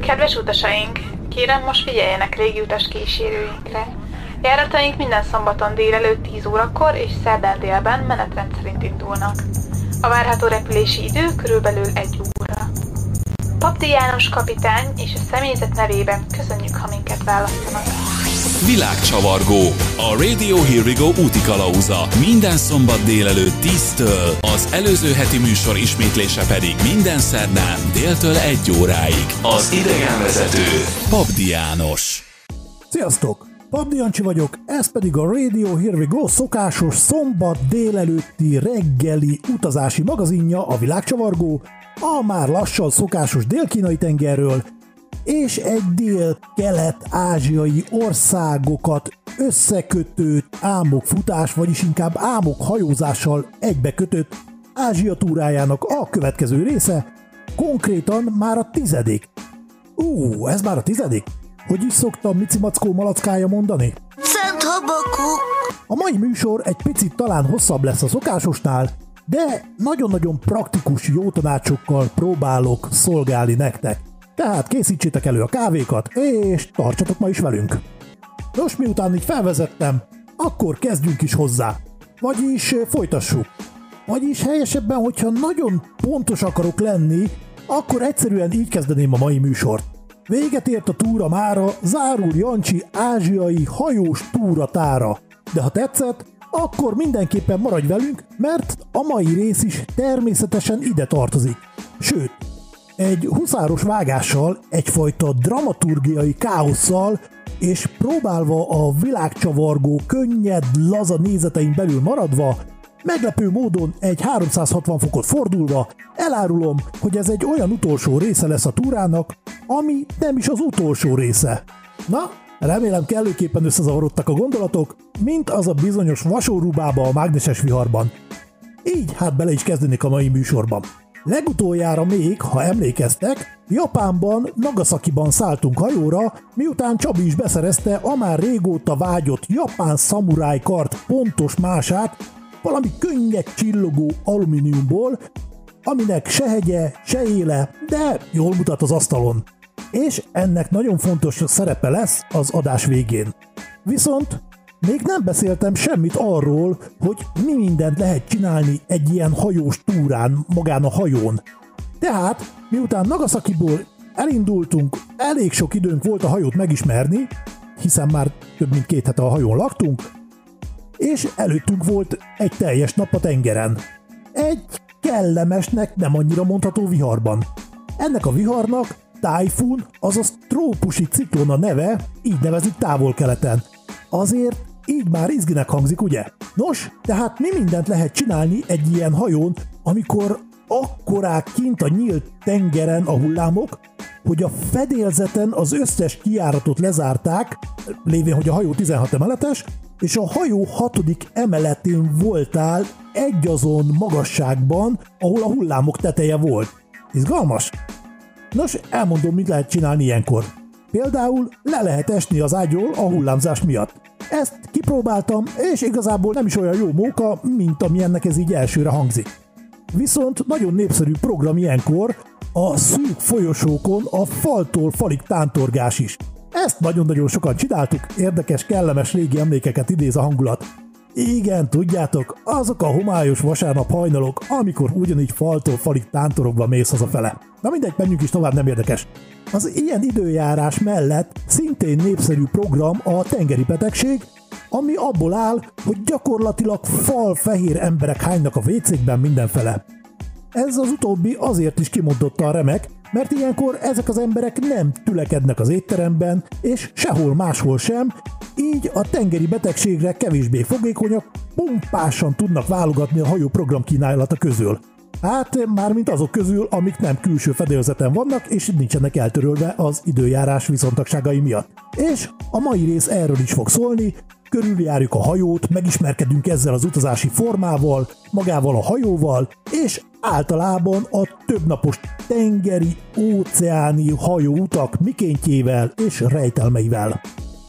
Kedves utasaink, kérem most figyeljenek légiutas kísérőinkre. Járataink minden szombaton délelőtt 10 órakor és szerdán délben menetrend szerint indulnak. A várható repülési idő körülbelül 1 óra. Papdi János kapitány és a személyzet nevében köszönjük, ha minket választanak. Világcsavargó, a Radio Here We Go útikalauza. Minden szombat délelőtt 10-től, az előző heti műsor ismétlése pedig minden szerdán déltől 1 óráig. Az idegenvezető Papdi János. Sziasztok! Papdi Jancsi vagyok, ez pedig a Radio Here We Go szokásos szombat délelőtti reggeli utazási magazinja, a Világcsavargó, a már lassan szokásos dél-kínai tengerről, és egy dél-kelet-ázsiai országokat összekötő álmokfutás, vagyis inkább álmokhajózással egybekötött Ázsia túrájának a következő része, konkrétan már a 10. Ez már a 10? Hogy is szoktam Mici Mackó malackája mondani? Szent Habakuk! A mai műsor egy picit talán hosszabb lesz a szokásosnál, de nagyon-nagyon praktikus jó tanácsokkal próbálok szolgálni nektek. Tehát készítsétek elő a kávékat, és tartsatok ma is velünk. Nos, miután így felvezettem, akkor kezdjünk is hozzá. Vagyis folytassuk. Vagyis helyesebben, hogyha nagyon pontos akarok lenni, akkor egyszerűen így kezdeném a mai műsort. Véget ért a túra mára, zárul Jancsi ázsiai hajós túratára. De ha tetszett, akkor mindenképpen maradj velünk, mert a mai rész is természetesen ide tartozik. Sőt, egy huszáros vágással, egyfajta dramaturgiai káosszal, és próbálva a világcsavargó könnyed, laza nézetein belül maradva, meglepő módon egy 360 fokot fordulva elárulom, hogy ez egy olyan utolsó része lesz a túrának, ami nem is az utolsó része. Na, remélem kellőképpen összezavarodtak a gondolatok, mint az a bizonyos vasórubába a mágneses viharban. Így hát bele is kezdenék a mai műsorban. Legutoljára még, ha emlékeztek, Japánban, Nagasakiban szálltunk hajóra, miután Csabi is beszerezte a már régóta vágyott japán szamuráj kard pontos mását, valami könnyed csillogó alumíniumból, aminek se hegye, se éle, de jól mutat az asztalon. És ennek nagyon fontos szerepe lesz az adás végén. Viszont még nem beszéltem semmit arról, hogy mi mindent lehet csinálni egy ilyen hajós túrán, magán a hajón. Tehát, miután Nagasakiból elindultunk, elég sok időnk volt a hajót megismerni, hiszen már több mint 2 hete a hajón laktunk, és előttünk volt egy teljes nap a tengeren. Egy kellemesnek nem annyira mondható viharban. Ennek a viharnak tájfun, azaz trópusi ciklon a neve, így nevezik távol-keleten. Azért így már izginek hangzik, ugye? Nos, tehát mi mindent lehet csinálni egy ilyen hajón, amikor akkorák kint a nyílt tengeren a hullámok, hogy a fedélzeten az összes kijáratot lezárták, lévén, hogy a hajó 16 emeletes, és a hajó 6. emeletén voltál egyazon magasságban, ahol a hullámok teteje volt. Izgalmas? Nos, elmondom, mit lehet csinálni ilyenkor. Például le lehet esni az ágyról a hullámzás miatt. Ezt kipróbáltam, és igazából nem is olyan jó móka, mint amilyennek ez így elsőre hangzik. Viszont nagyon népszerű program ilyenkor a szűk folyosókon a faltól falig tántorgás is. Ezt nagyon-nagyon sokan csináltuk, érdekes, kellemes régi emlékeket idéz a hangulat. Igen, tudjátok, azok a homályos vasárnap hajnalok, amikor ugyanígy faltól falig tántorogva mész hazafele. Na mindegy, menjünk is tovább, nem érdekes. Az ilyen időjárás mellett szintén népszerű program a tengeri betegség, ami abból áll, hogy gyakorlatilag falfehér emberek hánynak a WC-kben mindenfele. Ez az utóbbi azért is kimondottan remek, mert ilyenkor ezek az emberek nem tülekednek az étteremben, és sehol máshol sem, így a tengeri betegségre kevésbé fogékonyak, pompásan tudnak válogatni a hajó programkínálata közül. Hát mármint azok közül, amik nem külső fedélzeten vannak, és nincsenek eltörölve az időjárás viszontagságai miatt. És a mai rész erről is fog szólni, körüljárjuk a hajót, megismerkedünk ezzel az utazási formával, magával a hajóval, és általában a többnapos tengeri, óceáni hajóutak mikéntjével és rejtelmeivel.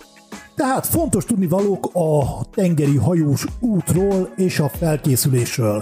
Tehát fontos tudnivalók a tengeri hajós útról és a felkészülésről.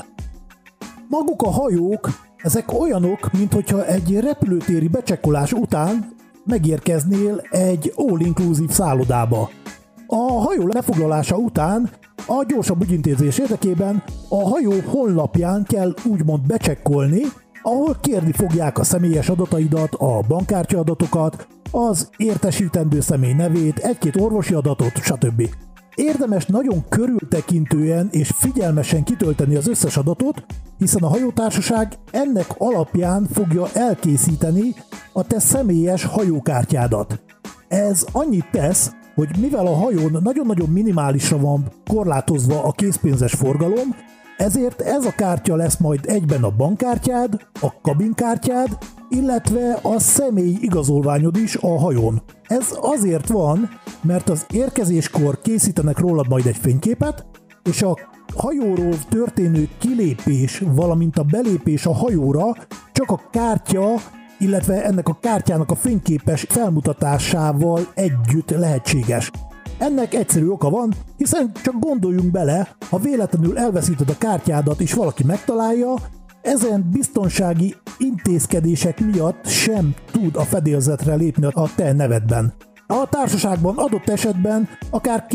Maguk a hajók, ezek olyanok, minthogyha egy repülőtéri becsekkolás után megérkeznél egy all-inclusive szállodába. A hajó lefoglalása után a gyorsabb ügyintézés érdekében a hajó honlapján kell úgymond becsekkolni, ahol kérni fogják a személyes adataidat, a bankkártya adatokat, az értesítendő személy nevét, egy-két orvosi adatot, stb. Érdemes nagyon körültekintően és figyelmesen kitölteni az összes adatot, hiszen a hajótársaság ennek alapján fogja elkészíteni a te személyes hajókártyádat. Ez annyit tesz, hogy mivel a hajón nagyon-nagyon minimálisra van korlátozva a készpénzes forgalom, ezért ez a kártya lesz majd egyben a bankkártyád, a kabinkártyád, illetve a személyi igazolványod is a hajón. Ez azért van, mert az érkezéskor készítenek rólad majd egy fényképet, és a hajóról történő kilépés, valamint a belépés a hajóra csak a kártya, illetve ennek a kártyának a fényképes felmutatásával együtt lehetséges. Ennek egyszerű oka van, hiszen csak gondoljunk bele, ha véletlenül elveszíted a kártyádat és valaki megtalálja, ezen biztonsági intézkedések miatt sem tud a fedélzetre lépni a te nevedben. A társaságban adott esetben akár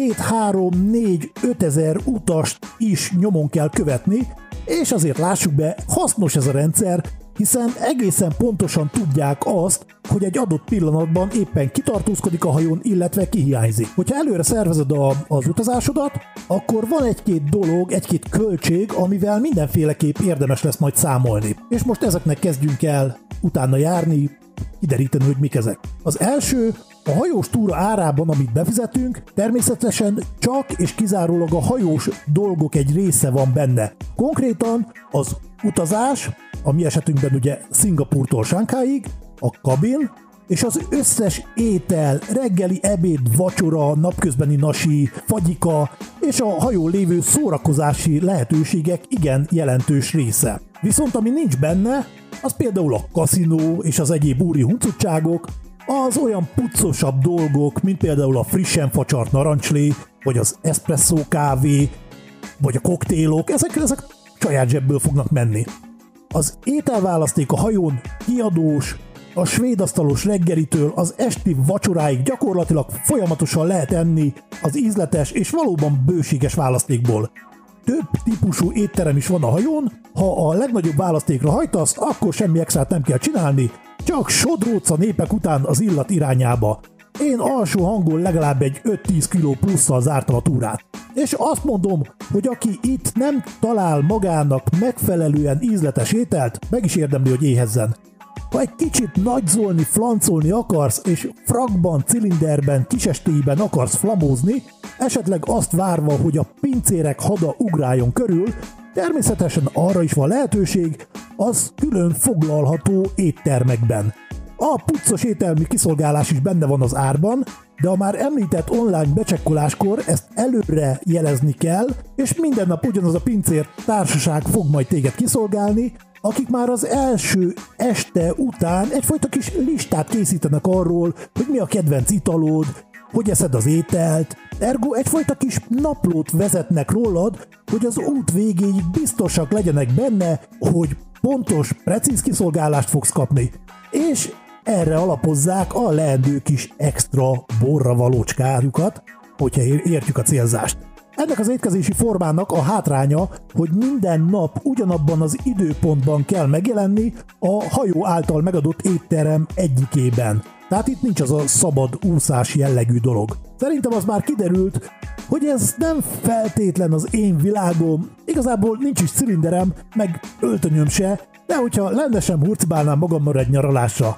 2-3-4-5 ezer utast is nyomon kell követni, és azért lássuk be, hasznos ez a rendszer, hiszen egészen pontosan tudják azt, hogy egy adott pillanatban éppen kitartózkodik a hajón, illetve kihiányzik. Hogyha előre szervezed az utazásodat, akkor van egy-két dolog, egy-két költség, amivel mindenféleképp érdemes lesz majd számolni. És most ezeknek kezdjünk el utána járni, kideríteni, hogy mik ezek. Az első, a hajós túra árában, amit befizetünk, természetesen csak és kizárólag a hajós dolgok egy része van benne. Konkrétan az utazás, a mi esetünkben ugye Szingapúrtól Sánkháig, a kabin, és az összes étel, reggeli, ebéd, vacsora, napközbeni nasi, fagyika és a hajón lévő szórakozási lehetőségek igen jelentős része. Viszont ami nincs benne, az például a kaszinó és az egyéb úri huncutságok, az olyan puccosabb dolgok, mint például a frissen facsart narancslé, vagy az espresszó kávé, vagy a koktélok, ezek saját zsebből fognak menni. Az ételválaszték a hajón kiadós, a svédasztalos reggelitől az esti vacsoráig gyakorlatilag folyamatosan lehet enni az ízletes és valóban bőséges választékból. Több típusú étterem is van a hajón, ha a legnagyobb választékra hajtasz, akkor semmi extrát nem kell csinálni, csak sodródsz a népek után az illat irányába. Én alsó hangon legalább egy 5-10 kg plusszal zártam a túrát. És azt mondom, hogy aki itt nem talál magának megfelelően ízletes ételt, meg is érdemli, hogy éhezzen. Ha egy kicsit nagyzolni, flancolni akarsz, és frakban, cilinderben, kisestélyben akarsz flamózni, esetleg azt várva, hogy a pincérek hada ugráljon körül, természetesen arra is van lehetőség, az külön foglalható éttermekben. A puccos ételmi kiszolgálás is benne van az árban, de a már említett online becsekkoláskor ezt előre jelezni kell, és minden nap ugyanaz a pincér társaság fog majd téged kiszolgálni, akik már az első este után egyfajta kis listát készítenek arról, hogy mi a kedvenc italod, hogy eszed az ételt, ergo egyfajta kis naplót vezetnek rólad, hogy az út végéig biztosak legyenek benne, hogy pontos, precíz kiszolgálást fogsz kapni, és erre alapozzák a leendő kis extra borra valócskájukat, hogyha értjük a célzást. Ennek az étkezési formának a hátránya, hogy minden nap ugyanabban az időpontban kell megjelenni a hajó által megadott étterem egyikében. Tehát itt nincs az a szabad úszás jellegű dolog. Szerintem az már kiderült, hogy ez nem feltétlen az én világom, igazából nincs is cilinderem, meg öltönyöm se, de hogyha lenne sem hurcibálnám magammal egy nyaralásra.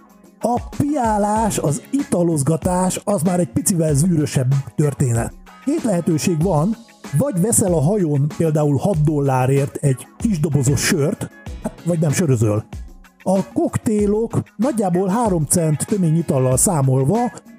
A piálás, az italozgatás az már egy picivel zűrösebb történet. Két lehetőség van, vagy veszel a hajón például $6 egy kis dobozos sört, vagy nem sörözöl. A koktélok nagyjából 3 cent töményitallal számolva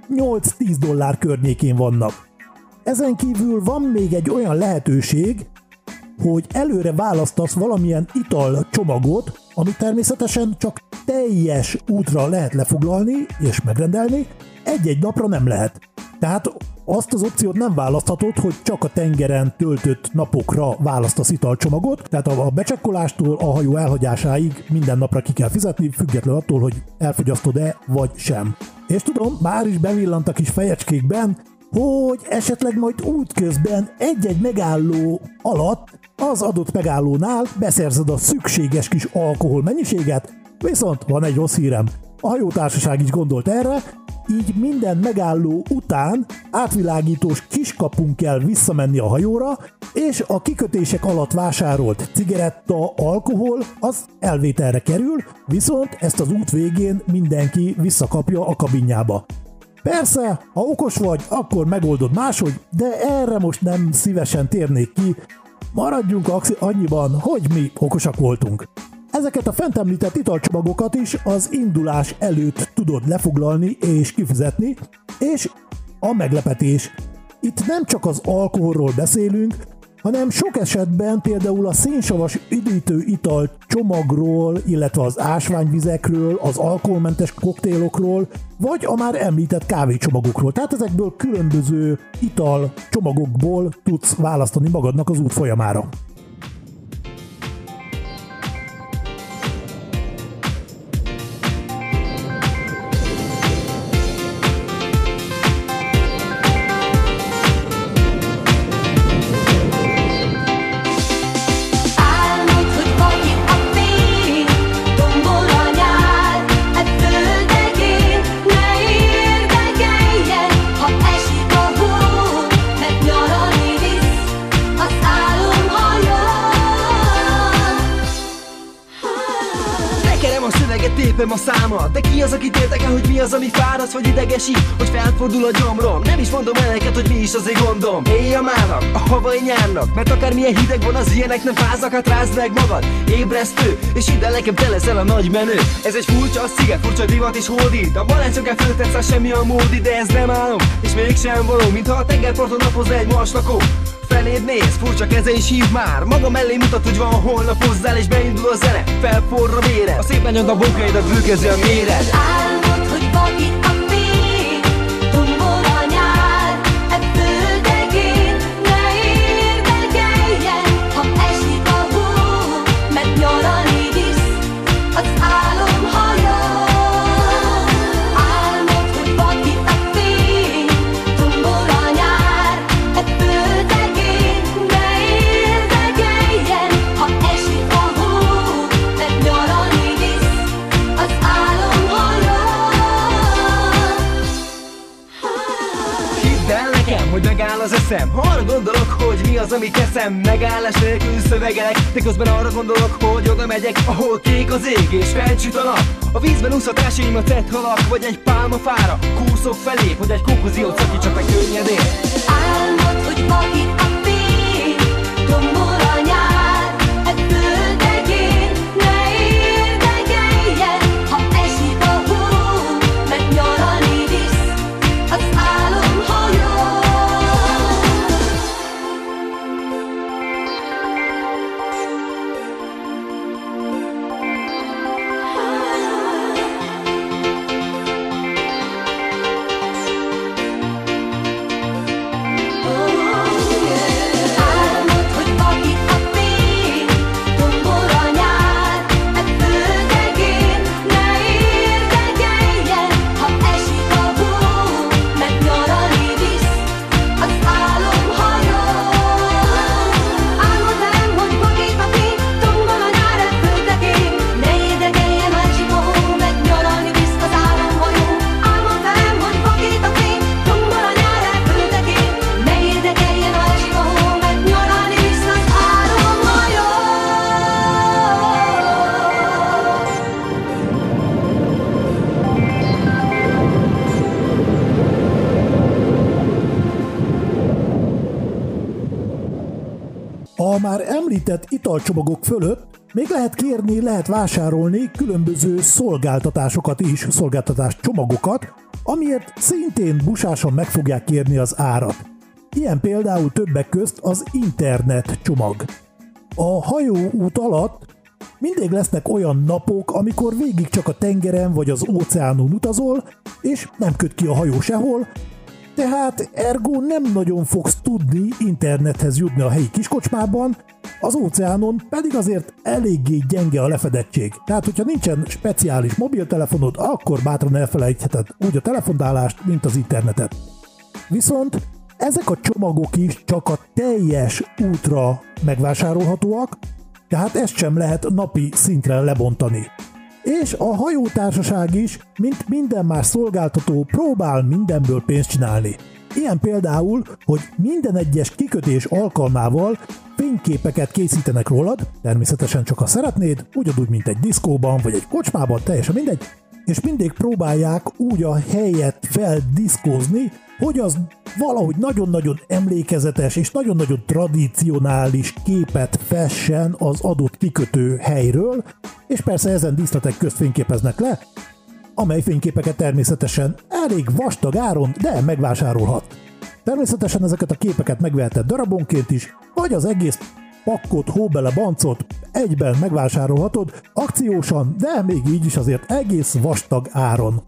$8-10 környékén vannak. Ezen kívül van még egy olyan lehetőség, hogy előre választasz valamilyen italcsomagot, amit természetesen csak teljes útra lehet lefoglalni és megrendelni, egy-egy napra nem lehet. Tehát azt az opciót nem választhatod, hogy csak a tengeren töltött napokra választasz italcsomagot, tehát a becsekkolástól a hajó elhagyásáig minden napra ki kell fizetni, függetlenül attól, hogy elfogyasztod-e vagy sem. És tudom, már is bevillant a kis fejecskékben, hogy esetleg majd útközben egy-egy megálló alatt az adott megállónál beszerzed a szükséges kis alkohol mennyiséget, viszont van egy rossz hírem. A hajótársaság is gondolt erre, így minden megálló után átvilágítós kiskapun kell visszamenni a hajóra, és a kikötések alatt vásárolt cigaretta, alkohol, az elvételre kerül, viszont ezt az út végén mindenki visszakapja a kabinjába. Persze, ha okos vagy, akkor megoldod máshogy, de erre most nem szívesen térnék ki, maradjunk annyiban, hogy mi okosak voltunk. Ezeket a fent említett italcsomagokat is az indulás előtt tudod lefoglalni és kifizetni, és a meglepetés. Itt nem csak az alkoholról beszélünk, hanem sok esetben például a szénsavas üdítő ital csomagról, illetve az ásványvizekről, az alkoholmentes koktélokról, vagy a már említett kávécsomagokról. Tehát ezekből különböző ital csomagokból tudsz választani magadnak az út folyamára. Tépem a számat, de ki az, akit érdekel, hogy mi az, ami fáraszt vagy idegesít, hogy felfordul a gyomrom. Nem is mondom el neked, hogy mi is az én gondom. Éjjel mának, a havai nyárnak, mert akármilyen hideg van, az ilyenek nem fáznak, hát rázd meg magad. Ébresztő, és hidd el nekem, te leszel a nagy menő. Ez egy furcsa sziget, furcsa divat és hódít. A baláncok elföltetsz, semmi a módi, de ez nem álom, és mégsem való, mintha a tengerparton napozna egy marslakó. Feléd néz, furcsa keze is hív már. Maga mellé mutat, hogy van holnap hozzál, és beindul a zene, felforra vére. A szép lányod a bonkaidat bőkezi a méret. Álmod, hogy vakít a fény, tombol a nyár, e földegén. Ne érdekeljen, ha esik a hó, mert nyaralni visz az álomhajó. Álmod, hogy vakít a fény, tombol a nyár, e földegén. Ne érdekeljen, ha esik a hó, mert nyaralni visz az álomhajó. Hidd el nekem, hogy megáll az eszem, ha arra gondolok, hogy mi az, ami teszem. Megállás nélkül szövegelek, de közben arra gondolok, hogy oda megyek, ahol kék az ég és felcsüt a nap. A vízben úszhatásaimat tett halak, vagy egy pálmafára kúszok felé, hogy egy kókuziót szakítsak meg könnyedén. Álmod, hogy vakít a fény, tombol a nyár, e földegén. Ne érdekeljen, ha esik a hó, mert nyaralni visz az álomhajó. Álmod, hogy vakít a fény, tombol a nyár, e földegén. Ne érdekeljen, ha esik a hó, mert nyaralni visz az álomhajó. Álmodtam, hogy vakít a fény, tombol a nyár, e földegén. Ne érdekeljen, ha esik a hó, mert nyaralni visz az álomhajó. Álmodtam, hogy vakít a fény, tombol a nyár, e földegén. Ne érdekeljen, ha esik a hó, mert nyaralni visz az álomhajó. A már említett italcsomagok fölött még lehet kérni, lehet vásárolni különböző szolgáltatásokat is, szolgáltatáscsomagokat, amiért szintén busásan meg fogják kérni az árat. Ilyen például többek közt az internet csomag. A hajóút alatt mindig lesznek olyan napok, amikor végig csak a tengeren vagy az óceánon utazol, és nem köt ki a hajó sehol, Tehát ergo nem nagyon fogsz tudni internethez jutni a helyi kiskocsmában, az óceánon pedig azért eléggé gyenge a lefedettség. Tehát, hogyha nincsen speciális mobiltelefonod, akkor bátran elfelejtheted úgy a telefonálást, mint az internetet. Viszont ezek a csomagok is csak a teljes útra megvásárolhatóak, tehát ezt sem lehet napi szintre lebontani. És a hajótársaság is, mint minden más szolgáltató, próbál mindenből pénzt csinálni. Ilyen például, hogy minden egyes kikötés alkalmával fényképeket készítenek rólad, természetesen csak ha szeretnéd, ugyanúgy, mint egy diszkóban vagy egy kocsmában, teljesen mindegy, és mindig próbálják úgy a helyet feldiszkózni, hogy az valahogy nagyon-nagyon emlékezetes és nagyon-nagyon tradicionális képet fessen az adott kikötő helyről, és persze ezen díszletek közt fényképeznek le, amely fényképeket természetesen elég vastag áron, de megvásárolhat. Természetesen ezeket a képeket megveheted darabonként is, vagy az egész pakkot, hóbele bancot egyben megvásárolhatod, akciósan, de még így is azért egész vastag áron.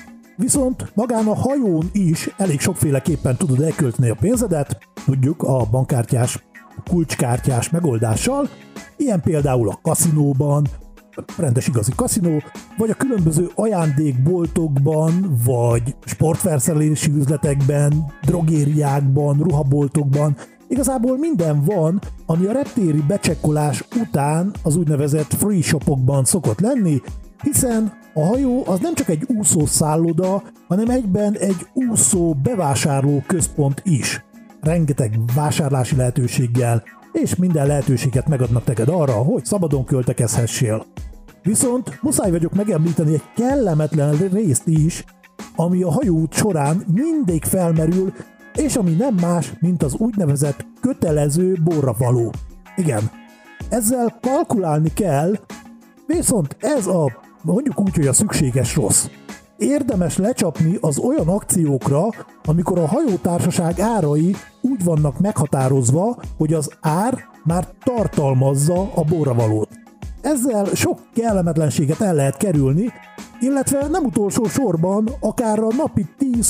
Viszont magán a hajón is elég sokféleképpen tudod elkölteni a pénzedet, tudjuk a bankkártyás, kulcskártyás megoldással, ilyen például a kaszinóban, rendes igazi kaszinó, vagy a különböző ajándékboltokban, vagy sportfelszerelési üzletekben, drogériákban, ruhaboltokban. Igazából minden van, ami a reptéri becsekkolás után az úgynevezett free shopokban szokott lenni, hiszen a hajó az nem csak egy úszószálloda, hanem egyben egy úszó bevásárló központ is. Rengeteg vásárlási lehetőséggel, és minden lehetőséget megadnak neked arra, hogy szabadon költekezhessél. Viszont muszáj vagyok megemlíteni egy kellemetlen részt is, ami a hajóút során mindig felmerül, és ami nem más, mint az úgynevezett kötelező borravaló. Igen, ezzel kalkulálni kell, viszont ez a, mondjuk úgy, hogy a szükséges rossz. Érdemes lecsapni az olyan akciókra, amikor a hajótársaság árai úgy vannak meghatározva, hogy az ár már tartalmazza a borravalót. Ezzel sok kellemetlenséget el lehet kerülni, illetve nem utolsó sorban akár a napi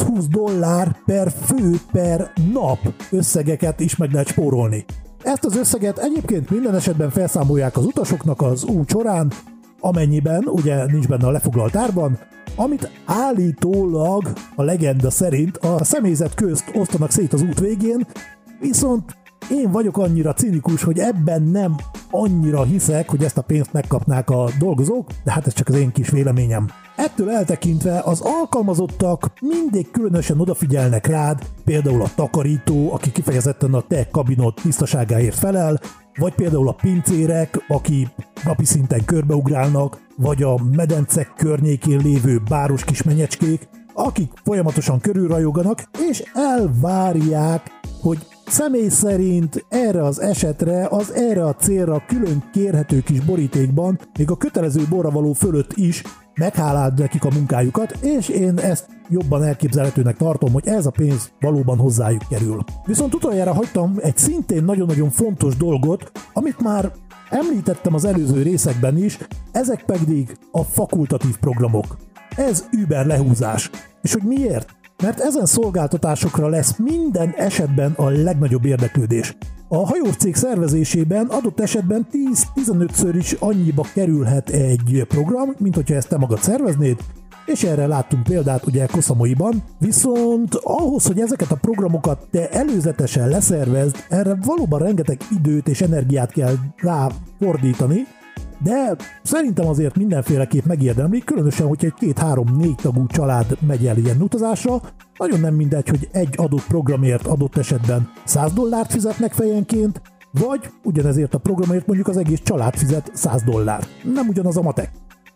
$10-20 per fő per nap összegeket is meg lehet spórolni. Ezt az összeget egyébként minden esetben felszámolják az utasoknak az út során, amennyiben ugye nincs benne a lefoglalt árban, amit állítólag a legenda szerint a személyzet közt osztanak szét az út végén, viszont én vagyok annyira cinikus, hogy ebben nem annyira hiszek, hogy ezt a pénzt megkapnák a dolgozók, de hát ez csak az én kis véleményem. Ettől eltekintve az alkalmazottak mindig különösen odafigyelnek rád, például a takarító, aki kifejezetten a te kabinod tisztaságáért felel, vagy például a pincérek, aki napi szinten körbeugrálnak, vagy a medencek környékén lévő báros kis menyecskék, akik folyamatosan körülrajoganak, és elvárják, hogy személy szerint erre az esetre, az erre a célra külön kérhető kis borítékban, még a kötelező borravaló fölött is megháláld nekik a munkájukat, és én ezt jobban elképzelhetőnek tartom, hogy ez a pénz valóban hozzájuk kerül. Viszont utoljára hagytam egy szintén nagyon-nagyon fontos dolgot, amit már említettem az előző részekben is, ezek pedig a fakultatív programok. Ez über lehúzás. És hogy miért? Mert ezen szolgáltatásokra lesz minden esetben a legnagyobb érdeklődés. A hajós cég szervezésében adott esetben 10-15-ször is annyiba kerülhet egy program, mint hogyha ezt te magad szerveznéd, és erre láttunk példát ugye Koszamóiban, viszont ahhoz, hogy ezeket a programokat te előzetesen leszervezd, erre valóban rengeteg időt és energiát kell ráfordítani, de szerintem azért mindenféleképp megérdemli, különösen, hogyha egy 2-3-4 tagú család megy el ilyen utazásra, nagyon nem mindegy, hogy egy adott programért adott esetben $100 fizetnek fejenként, vagy ugyanezért a programért mondjuk az egész család fizet $100. Nem ugyanaz a matek.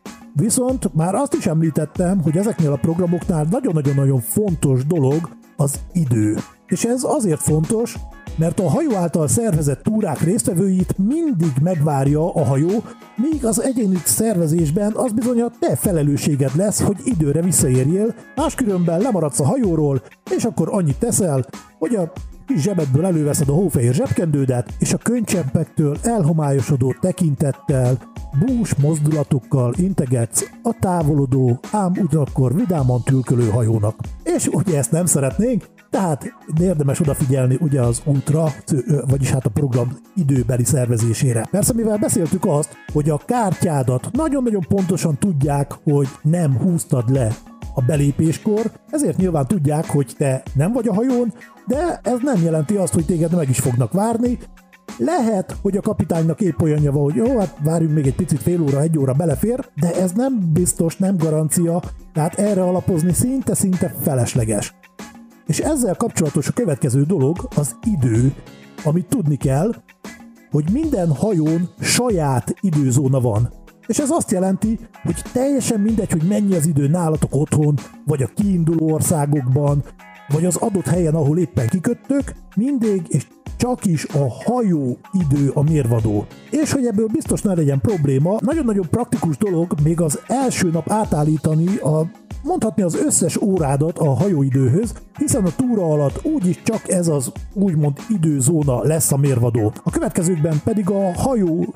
Viszont már azt is említettem, hogy ezeknél a programoknál nagyon-nagyon fontos dolog az idő. És ez azért fontos, mert a hajó által szervezett túrák résztvevőit mindig megvárja a hajó, míg az egyéni szervezésben az bizony a te felelősséged lesz, hogy időre visszaérjél, máskülönben lemaradsz a hajóról, és akkor annyit teszel, hogy a kis zsebedből előveszed a hófehér zsebkendődet, és a könycsempektől elhomályosodó tekintettel, bús mozdulatokkal integetsz a távolodó, ám ugyanakkor vidáman tülkölő hajónak. És ugye ezt nem szeretnénk, Tehát érdemes odafigyelni ugye az útra, vagyis hát a program időbeli szervezésére. Persze, mivel beszéltük azt, hogy a kártyádat nagyon-nagyon pontosan tudják, hogy nem húztad le a belépéskor, ezért nyilván tudják, hogy te nem vagy a hajón, de ez nem jelenti azt, hogy téged meg is fognak várni. Lehet, hogy a kapitánynak épp olyanja van, hogy jó, hát várjunk még egy picit, fél óra, egy óra belefér, de ez nem biztos, nem garancia, tehát erre alapozni szinte felesleges. És ezzel kapcsolatos a következő dolog az idő, amit tudni kell, hogy minden hajón saját időzóna van. És ez azt jelenti, hogy teljesen mindegy, hogy mennyi az idő nálatok otthon, vagy a kiinduló országokban, vagy az adott helyen, ahol éppen kiköttök, mindig és csak is a hajó idő a mérvadó. És hogy ebből biztos ne legyen probléma, nagyon-nagyon praktikus dolog még az első nap átállítani mondhatni az összes órádat a hajóidőhöz, hiszen a túra alatt úgyis csak ez az úgymond időzóna lesz a mérvadó. A következőkben pedig a hajó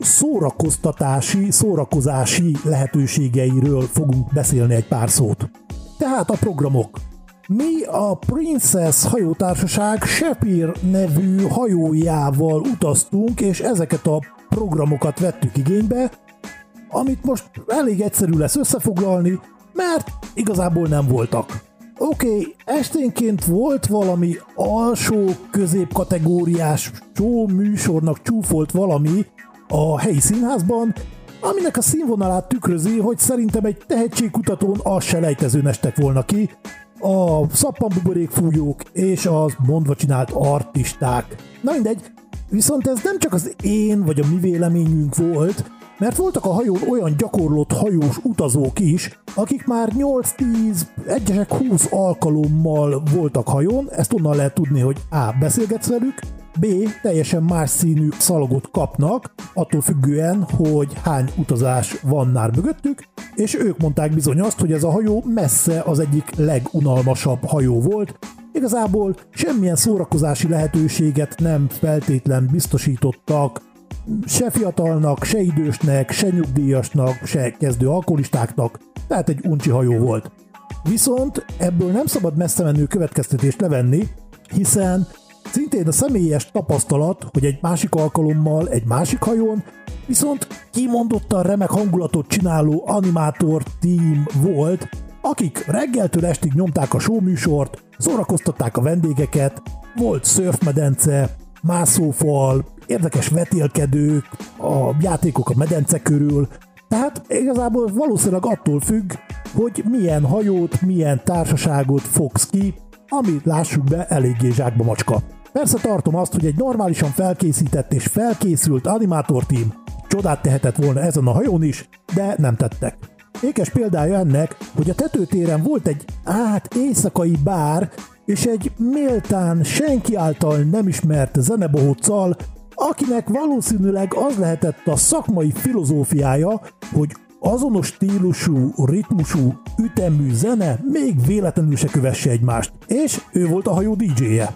szórakozási lehetőségeiről fogunk beszélni egy pár szót. Tehát a programok. Mi a Princess hajótársaság Shapir nevű hajójával utaztunk, és ezeket a programokat vettük igénybe, amit most elég egyszerű lesz összefoglalni, mert igazából nem voltak. Oké, esténként volt valami alsó középkategóriás show műsornak csúfolt valami a helyi színházban, aminek a színvonalát tükrözi, hogy szerintem egy tehetségkutatón az se lejtezőn estek volna ki, a szappanbuborékfújók és az mondva csinált artisták. Na mindegy, viszont ez nem csak az én vagy a mi véleményünk volt, mert voltak a hajón olyan gyakorlott hajós utazók is, akik már 8-10, egyesek 20 alkalommal voltak hajón, ezt onnan lehet tudni, hogy A. beszélgetsz velük, B. teljesen más színű szalagot kapnak, attól függően, hogy hány utazás van már mögöttük, és ők mondták bizony azt, hogy ez a hajó messze az egyik legunalmasabb hajó volt. Igazából semmilyen szórakozási lehetőséget nem feltétlen biztosítottak, se fiatalnak, se idősnek, se nyugdíjasnak, se kezdő alkoholistáknak, tehát egy uncsi hajó volt. Viszont ebből nem szabad messze menő következtetést levenni, hiszen szintén a személyes tapasztalat, hogy egy másik alkalommal egy másik hajón, viszont kimondottan remek hangulatot csináló animátor team volt, akik reggeltől estig nyomták a showműsort, szórakoztatták a vendégeket, volt szörfmedence, mászófal, érdekes vetélkedők, a játékok a medence körül, tehát igazából valószínűleg attól függ, hogy milyen hajót, milyen társaságot fogsz ki, ami lássuk be eléggé zsákba macska. Persze tartom azt, hogy egy normálisan felkészített és felkészült animátorteam csodát tehetett volna ezen a hajón is, de nem tettek. Ékes példája ennek, hogy a tetőtéren volt egy éjszakai bár, és egy méltán senki által nem ismert zenebohóccal, akinek valószínűleg az lehetett a szakmai filozófiája, hogy azonos stílusú, ritmusú, ütemű zene még véletlenül se kövesse egymást, és ő volt a hajó DJ-je.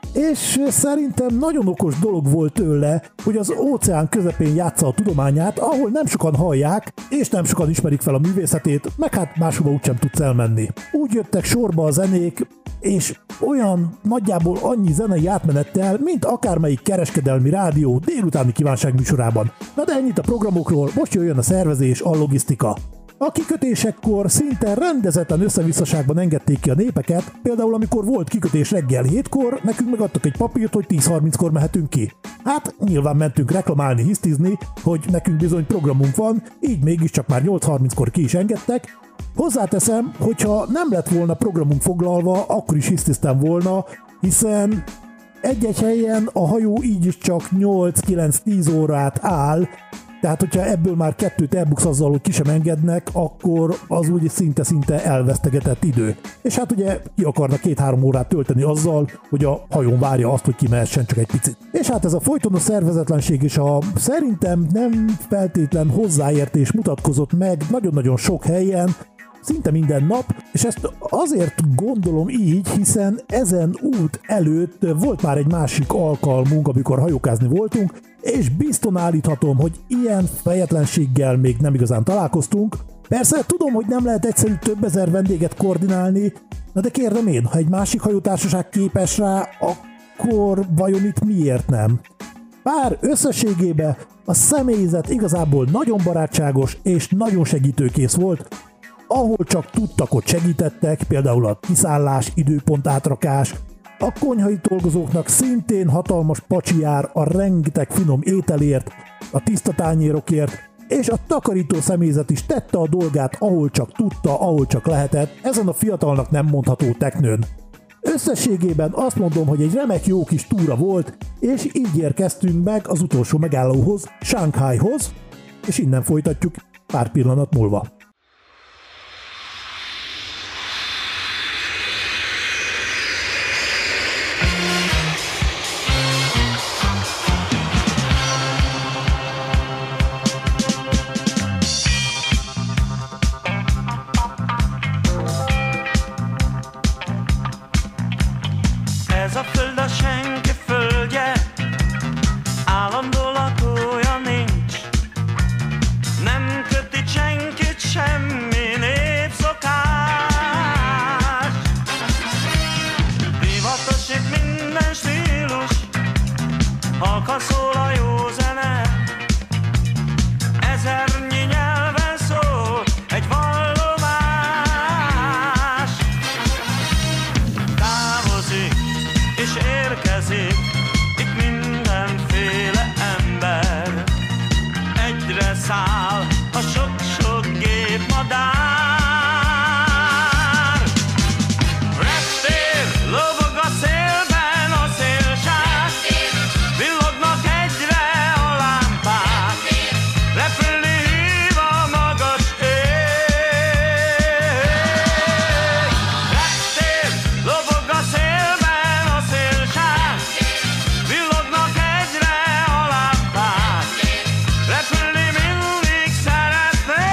És szerintem nagyon okos dolog volt tőle, hogy az óceán közepén játsza a tudományát, ahol nem sokan hallják, és nem sokan ismerik fel a művészetét, meg hát máshova úgysem tudsz elmenni. Úgy jöttek sorba a zenék, és olyan nagyjából annyi zenei átmenettel, mint akármelyik kereskedelmi rádió délutáni kívánság műsorában. Na de ennyit a programokról, most jöjjön a szervezés, a logisztika. A kikötésekkor szinte rendezetlen összevisszaságban engedték ki a népeket, például amikor volt kikötés reggel 7-kor, nekünk megadtak egy papírt, hogy 10:30-kor mehetünk ki. Hát nyilván mentünk reklamálni, hisztizni, hogy nekünk bizony programunk van, így mégiscsak már 8:30-kor ki is engedtek. Hozzáteszem, hogyha nem lett volna programunk foglalva, akkor is hisztiztem volna, hiszen egy-egy helyen a hajó így is csak 8-9-10 órát áll, tehát hogyha ebből már 2-t elbuksz azzal, hogy ki sem engednek, akkor az úgy szinte elvesztegetett idő. És hát ugye ki akarna 2-3 órát tölteni azzal, hogy a hajón várja azt, hogy kimehessen csak egy picit. És hát ez a folytonos szervezetlenség és a szerintem nem feltétlen hozzáértés mutatkozott meg nagyon-nagyon sok helyen, szinte minden nap, és ezt azért gondolom így, hiszen ezen út előtt volt már egy másik alkalmunk, amikor hajókázni voltunk, és bizton állíthatom, hogy ilyen fejetlenséggel még nem igazán találkoztunk, Persze tudom, hogy nem lehet egyszerű több ezer vendéget koordinálni, na de kérdem én, ha egy másik hajótársaság képes rá, akkor vajon itt miért nem? Bár összességében a személyzet igazából nagyon barátságos és nagyon segítőkész volt, ahol csak tudtak, ott segítettek, például a kiszállás, időpont átrakás, a konyhai dolgozóknak szintén hatalmas pacsi jár a rengeteg finom ételért, a tiszta tányérokért, és a takarító személyzet is tette a dolgát, ahol csak tudta, ahol csak lehetett, ezen a fiatalnak nem mondható teknőn. Összességében azt mondom, hogy egy remek jó kis túra volt, és így érkeztünk meg az utolsó megállóhoz, Shanghaihoz, és innen folytatjuk pár pillanat múlva. Ez a föld a senki földje, állandó lakója nincs. Nem köti senkit semmi népszokás. Divatos itt minden stílus, halkan szól a jó zene. Ezernyi nyelven szól egy vallomás. Távozik és érkezik itt mindenféle ember. Egyre száll a sok-sok gépmadár. Reptér lobog a szélben a szélsák, villognak egyre a lámpák, repülni hív a magas ég. Reptér lobog a szélben a szélsák, villognak egyre a lámpák, repülni mindig szeretnék.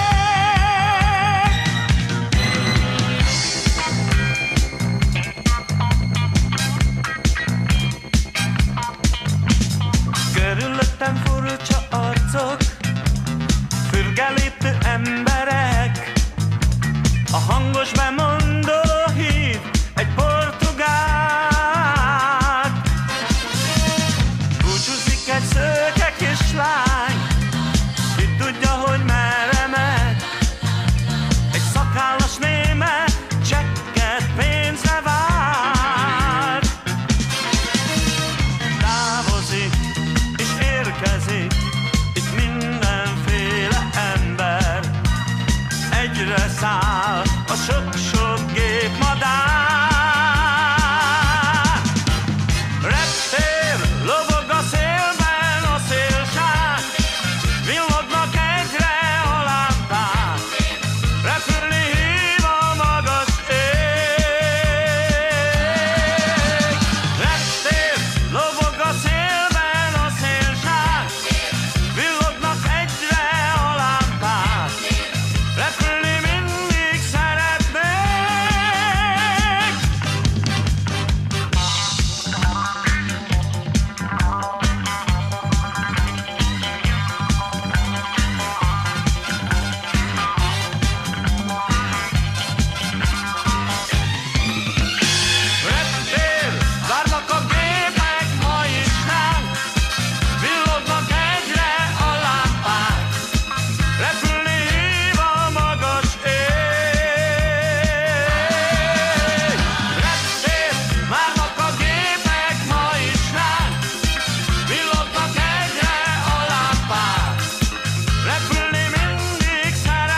Körülöttem furcsa arcok, fürgelítő emberek, a hangos bemondó hív egy portugál. Búcsúzik egy szőke kislány, ki tudja, hogy merre megy. Egy szakállas német csekket pénzre vár. Távozik és érkezik itt mindenféle ember. Egyre száll a sok-sok gépmadár. Reptér lobog a szélben a szélsák, villognak egyre a lámpák, repülni hív a magas ég. Reptér lobog a szélben a szélsák, villognak egyre a lámpák, repülni mindig szeretnék. Reptér, várnak a gépek ma is ránk, villognak egyre a lámpák, repülni hív a magas ég. Reptér, várnak a gépek ma is ránk, villognak egyre a lámpák, repülni mindig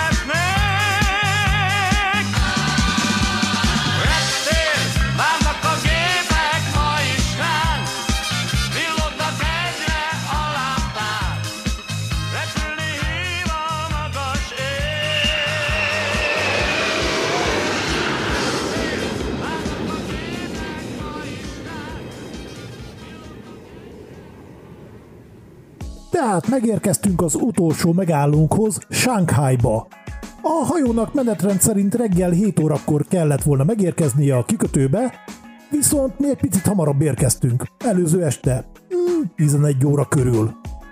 szeretnék. Reptér, várnak a gépek ma is ránk, villognak egyre a lámpák, repülni hív a magas ég. Tehát megérkeztünk az utolsó megállónkhoz, Shanghaiba. A hajónak menetrend szerint reggel 7 órakor kellett volna megérkeznie a kikötőbe, viszont mi egy picit hamarabb érkeztünk, előző este, 11 óra körül.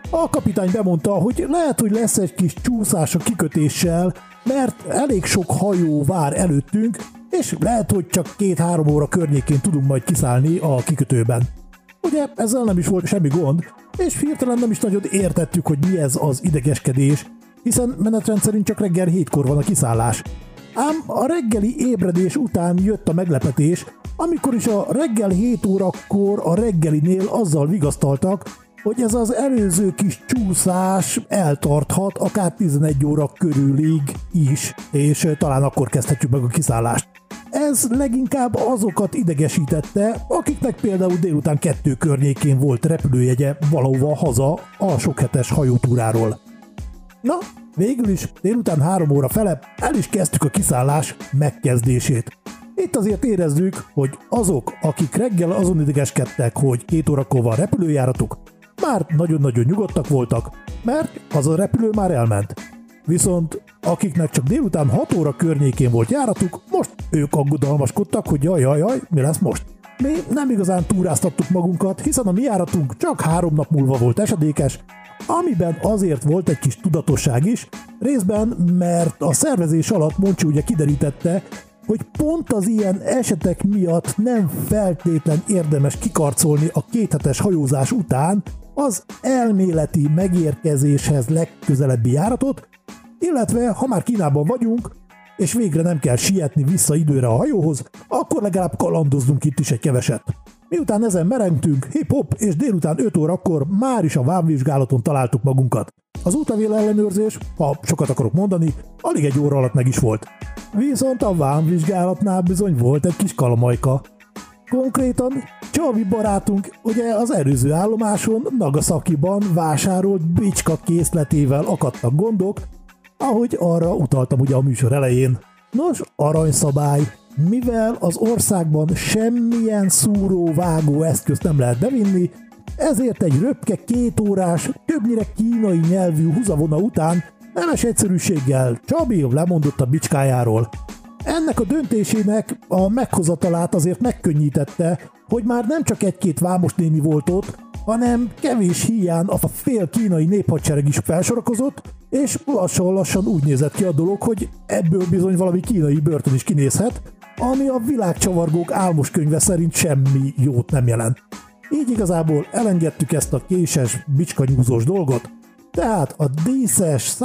A kapitány bemondta, hogy lehet, hogy lesz egy kis csúszás a kikötéssel, mert elég sok hajó vár előttünk, és lehet, hogy csak 2-3 óra környékén tudunk majd kiszállni a kikötőben. Ugye ezzel nem is volt semmi gond, és hirtelen nem is nagyon értettük, hogy mi ez az idegeskedés, hiszen menetrend szerint csak reggel 7-kor van a kiszállás. Ám a reggeli ébredés után jött a meglepetés, amikor is a reggel 7 órakor a reggelinél azzal vigasztaltak, hogy ez az előző kis csúszás eltarthat akár 11 óra körülig is, és talán akkor kezdhetjük meg a kiszállást. Ez leginkább azokat idegesítette, akiknek például délután 2 környékén volt repülőjegye valahova haza a sok hetes hajótúráról. Na, végül is délután 3 óra fele el is kezdtük a kiszállás megkezdését. Itt azért érezzük, hogy azok, akik reggel azon idegeskedtek, hogy 2 órakor van repülőjáratuk, már nagyon-nagyon nyugodtak voltak, mert az a repülő már elment. Viszont akiknek csak délután 6 óra környékén volt járatuk, most ők aggodalmaskodtak, hogy jaj, mi lesz most? Mi nem igazán túráztattuk magunkat, hiszen a mi járatunk csak 3 nap múlva volt esedékes, amiben azért volt egy kis tudatosság is, részben mert a szervezés alatt Moncsi ugye kiderítette, hogy pont az ilyen esetek miatt nem feltétlen érdemes kikarcolni a 2 hetes hajózás után az elméleti megérkezéshez legközelebbi járatot, illetve ha már Kínában vagyunk, és végre nem kell sietni vissza időre a hajóhoz, akkor legalább kalandozzunk itt is egy keveset. Miután ezen merengtünk, hip-hop, és délután 5 órakor már is a vámvizsgálaton találtuk magunkat. Az útlevél ellenőrzés, ha sokat akarok mondani, alig 1 óra alatt meg is volt. Viszont a vámvizsgálatnál bizony volt egy kis kalamajka. Konkrétan Csabi barátunk ugye az előző állomáson Nagasakiban vásárolt bicska készletével akadtak gondok, ahogy arra utaltam ugye a műsor elején. Nos, aranyszabály, mivel az országban semmilyen szúró-vágó eszközt nem lehet bevinni, ezért egy röpke 2 órás, többnyire kínai nyelvű húzavona után nemes egyszerűséggel Csabi lemondott a bicskájáról. Ennek a döntésének a meghozatalát azért megkönnyítette, hogy már nem csak 1-2 vámos néni volt ott, hanem kevés híján a fél kínai néphadsereg is felsorakozott, és lassan úgy nézett ki a dolog, hogy ebből bizony valami kínai börtön is kinézhet, ami a világcsavargók álmos könyve szerint semmi jót nem jelent. Így igazából elengedtük ezt a késes bicskanyúzós dolgot, tehát a díszes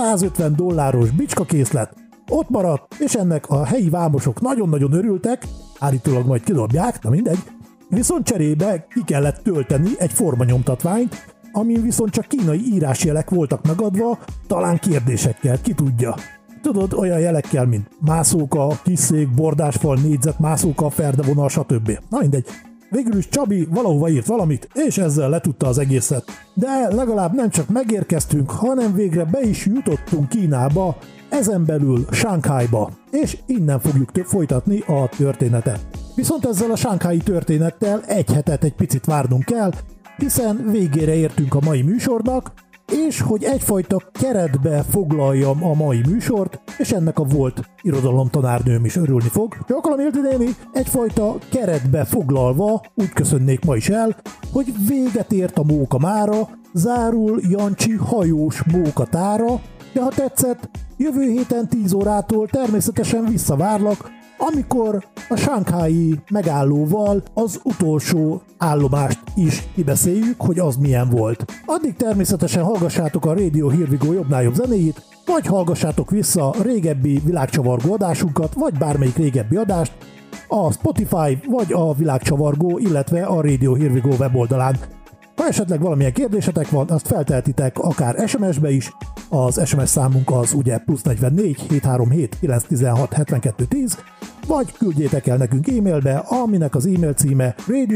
$150 bicskakészlet ott maradt, és ennek a helyi vámosok nagyon-nagyon örültek, állítólag majd kidobják, na mindegy, viszont cserébe ki kellett tölteni egy formanyomtatványt, amin viszont csak kínai írásjelek voltak megadva, talán kérdésekkel, ki tudja. Tudod, olyan jelekkel, mint mászóka, kiszék, bordásfal, négyzet, mászóka, ferdevonal, stb. Na mindegy. Végül is Csabi valahova írt valamit, és ezzel letudta az egészet. De legalább nem csak megérkeztünk, hanem végre be is jutottunk Kínába, ezen belül Shanghaiba, és innen fogjuk folytatni a történetet. Viszont ezzel a shanghai történettel egy hetet egy picit várnunk kell, hiszen végére értünk a mai műsornak, és hogy egyfajta keretbe foglaljam a mai műsort, és ennek a volt irodalomtanárnőm is örülni fog. Csókolom, Ilti néni, egyfajta keretbe foglalva úgy köszönnék ma is el, hogy véget ért a móka mára, zárul Jancsi hajós mókatára, de ha tetszett, jövő héten 10 órától természetesen visszavárlak, amikor a shanghai megállóval az utolsó állomást is kibeszéljük, hogy az milyen volt. Addig természetesen hallgassátok a Radio Here We Go jobbnál jobb zenéjét, vagy hallgassátok vissza régebbi világcsavargó adásunkat, vagy bármelyik régebbi adást a Spotify, vagy a világcsavargó, illetve a Radio Here We Go weboldalán. Ha esetleg valamilyen kérdésetek van, azt feltehetitek akár SMS-be is, az SMS számunk az ugye +44 737 916 72 10, vagy küldjétek el nekünk e-mailbe, aminek az e-mail címe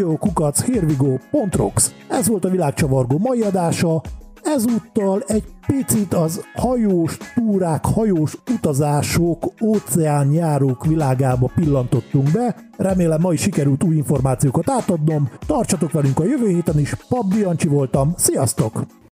radio@herewego.rocks. Ez volt a világcsavargó mai adása, ezúttal egy picit az hajós túrák, hajós utazások, óceánjárók világába pillantottunk be. Remélem ma is sikerült új információkat átadnom. Tartsatok velünk a jövő héten is, Pabdi Jancsi voltam, sziasztok!